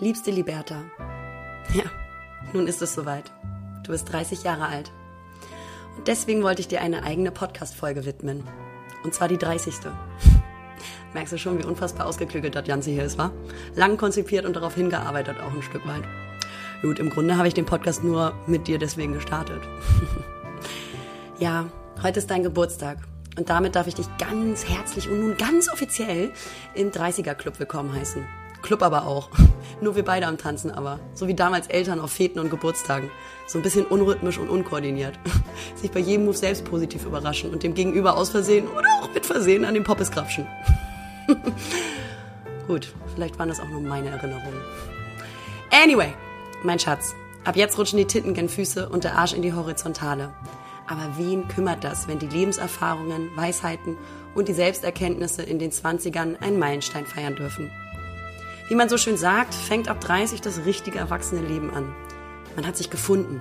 Liebste Liberta, ja, nun ist es soweit. Du bist 30 Jahre alt. Und deswegen wollte ich dir eine eigene Podcast-Folge widmen. Und zwar die 30. Merkst du schon, wie unfassbar ausgeklügelt das Ganze hier ist, wa? Lang konzipiert und darauf hingearbeitet auch ein Stück weit. Gut, im Grunde habe ich den Podcast nur mit dir deswegen gestartet. Ja, heute ist dein Geburtstag. Und damit darf ich dich ganz herzlich und nun ganz offiziell im 30er-Club willkommen heißen. Club aber auch. Nur wir beide am Tanzen aber. So wie damals Eltern auf Feten und Geburtstagen. So ein bisschen unrhythmisch und unkoordiniert. Sich bei jedem Move selbst positiv überraschen und dem Gegenüber aus Versehen oder auch mit Versehen an den Poppes krapschen. Gut, vielleicht waren das auch nur meine Erinnerungen. Anyway, mein Schatz. Ab jetzt rutschen die Titten gen Füße und der Arsch in die Horizontale. Aber wen kümmert das, wenn die Lebenserfahrungen, Weisheiten und die Selbsterkenntnisse in den 20ern einen Meilenstein feiern dürfen? Wie man so schön sagt, fängt ab 30 das richtige erwachsene Leben an. Man hat sich gefunden.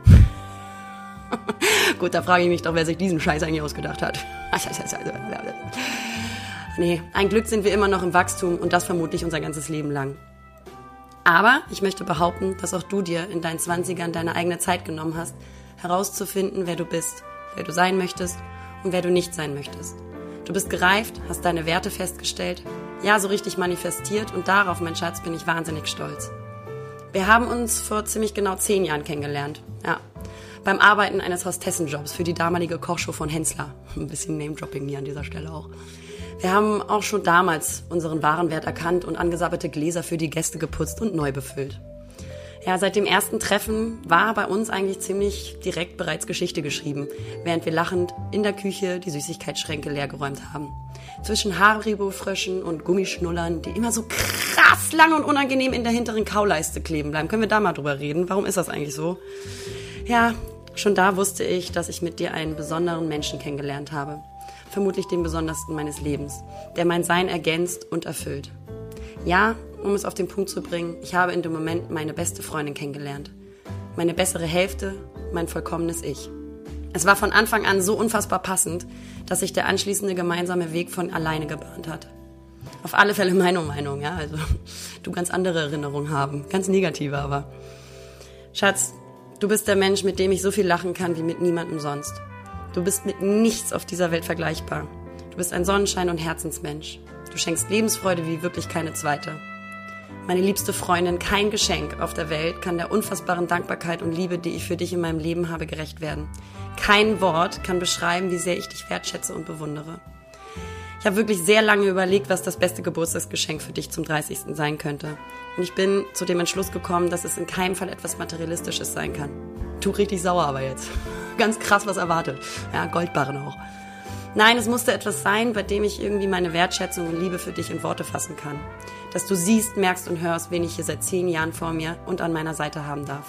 Gut, da frage ich mich doch, wer sich diesen Scheiß eigentlich ausgedacht hat. Nee, ein Glück sind wir immer noch im Wachstum und das vermutlich unser ganzes Leben lang. Aber ich möchte behaupten, dass auch du dir in deinen 20ern deine eigene Zeit genommen hast, herauszufinden, wer du bist, wer du sein möchtest und wer du nicht sein möchtest. Du bist gereift, hast deine Werte festgestellt, ja, so richtig manifestiert und darauf, mein Schatz, bin ich wahnsinnig stolz. Wir haben uns vor ziemlich genau 10 Jahren kennengelernt, ja, beim Arbeiten eines Hostessenjobs für die damalige Kochshow von Hensler. Ein bisschen Name-Dropping hier an dieser Stelle auch. Wir haben auch schon damals unseren Warenwert erkannt und angesabbelte Gläser für die Gäste geputzt und neu befüllt. Ja, seit dem ersten Treffen war bei uns eigentlich ziemlich direkt bereits Geschichte geschrieben, während wir lachend in der Küche die Süßigkeitsschränke leergeräumt haben. Zwischen Haribo-Fröschen und Gummischnullern, die immer so krass lang und unangenehm in der hinteren Kauleiste kleben bleiben. Können wir da mal drüber reden? Warum ist das eigentlich so? Ja, schon da wusste ich, dass ich mit dir einen besonderen Menschen kennengelernt habe. Vermutlich den besondersten meines Lebens, der mein Sein ergänzt und erfüllt. Ja, um es auf den Punkt zu bringen, ich habe in dem Moment meine beste Freundin kennengelernt. Meine bessere Hälfte, mein vollkommenes Ich. Es war von Anfang an so unfassbar passend, dass sich der anschließende gemeinsame Weg von alleine gebahnt hat. Auf alle Fälle meine Meinung, ja, also du ganz andere Erinnerungen haben, ganz negative aber. Schatz, du bist der Mensch, mit dem ich so viel lachen kann wie mit niemandem sonst. Du bist mit nichts auf dieser Welt vergleichbar. Du bist ein Sonnenschein und Herzensmensch. Du schenkst Lebensfreude wie wirklich keine zweite. Meine liebste Freundin, kein Geschenk auf der Welt kann der unfassbaren Dankbarkeit und Liebe, die ich für dich in meinem Leben habe, gerecht werden. Kein Wort kann beschreiben, wie sehr ich dich wertschätze und bewundere. Ich habe wirklich sehr lange überlegt, was das beste Geburtstagsgeschenk für dich zum 30. sein könnte. Und ich bin zu dem Entschluss gekommen, dass es in keinem Fall etwas Materialistisches sein kann. Tu richtig sauer aber jetzt. Ganz krass was erwartet. Ja, Goldbarren auch. Nein, es musste etwas sein, bei dem ich irgendwie meine Wertschätzung und Liebe für dich in Worte fassen kann. Dass du siehst, merkst und hörst, wen ich hier seit 10 Jahren vor mir und an meiner Seite haben darf.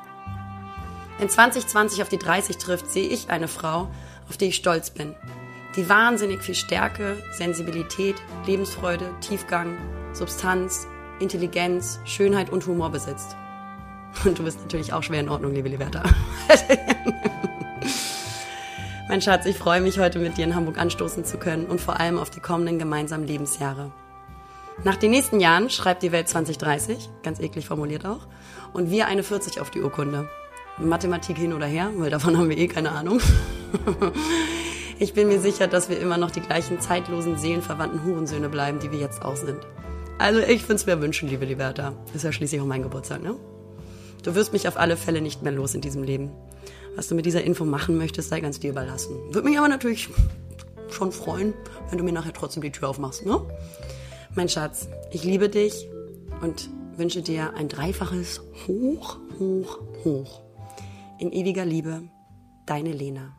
Wenn 2020 auf die 30 trifft, sehe ich eine Frau, auf die ich stolz bin. Die wahnsinnig viel Stärke, Sensibilität, Lebensfreude, Tiefgang, Substanz, Intelligenz, Schönheit und Humor besitzt. Und du bist natürlich auch schwer in Ordnung, liebe Liberta. Mein Schatz, ich freue mich, heute mit dir in Hamburg anstoßen zu können und vor allem auf die kommenden gemeinsamen Lebensjahre. Nach den nächsten Jahren schreibt die Welt 2030, ganz eklig formuliert auch, und wir eine 40 auf die Urkunde. Mathematik hin oder her, weil davon haben wir keine Ahnung. Ich bin mir sicher, dass wir immer noch die gleichen zeitlosen, seelenverwandten Hurensöhne bleiben, die wir jetzt auch sind. Also ich würde es mir wünschen, liebe Liberta. Ist ja schließlich auch mein Geburtstag, ne? Du wirst mich auf alle Fälle nicht mehr los in diesem Leben. Was du mit dieser Info machen möchtest, sei ganz dir überlassen. Würde mich aber natürlich schon freuen, wenn du mir nachher trotzdem die Tür aufmachst, ne? Mein Schatz, ich liebe dich und wünsche dir ein dreifaches Hoch, Hoch, Hoch. In ewiger Liebe, deine Lena.